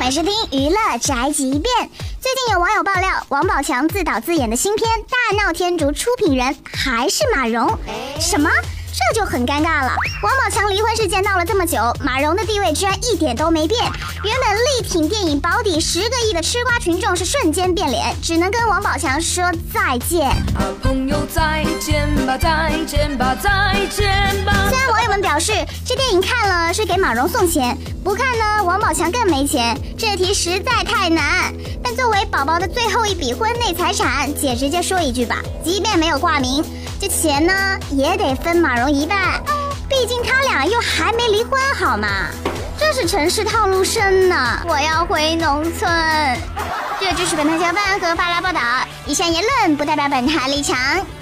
美食厅娱乐宅急便。最近有网友爆料，王宝强自导自演的新片《大闹天竺》出品人还是马蓉。什么？这就很尴尬了。王宝强离婚事件闹了这么久，马蓉的地位居然一点都没变。原本力挺电影保底10个亿的吃瓜群众是瞬间变脸，只能跟王宝强说再见。 朋友再见吧，再见吧，再见吧。 虽然网友们表示这电影看了是给马蓉送钱，不看呢王宝强更没钱，这题实在太难。但作为宝宝的最后一笔婚内财产，姐直接说一句吧，即便没有挂名，这钱呢也得分马蓉一半，毕竟他俩又还没离婚好吗？这是城市套路深呢，我要回农村。这就是本台小办和发来报道，以上言论不代表本台立场。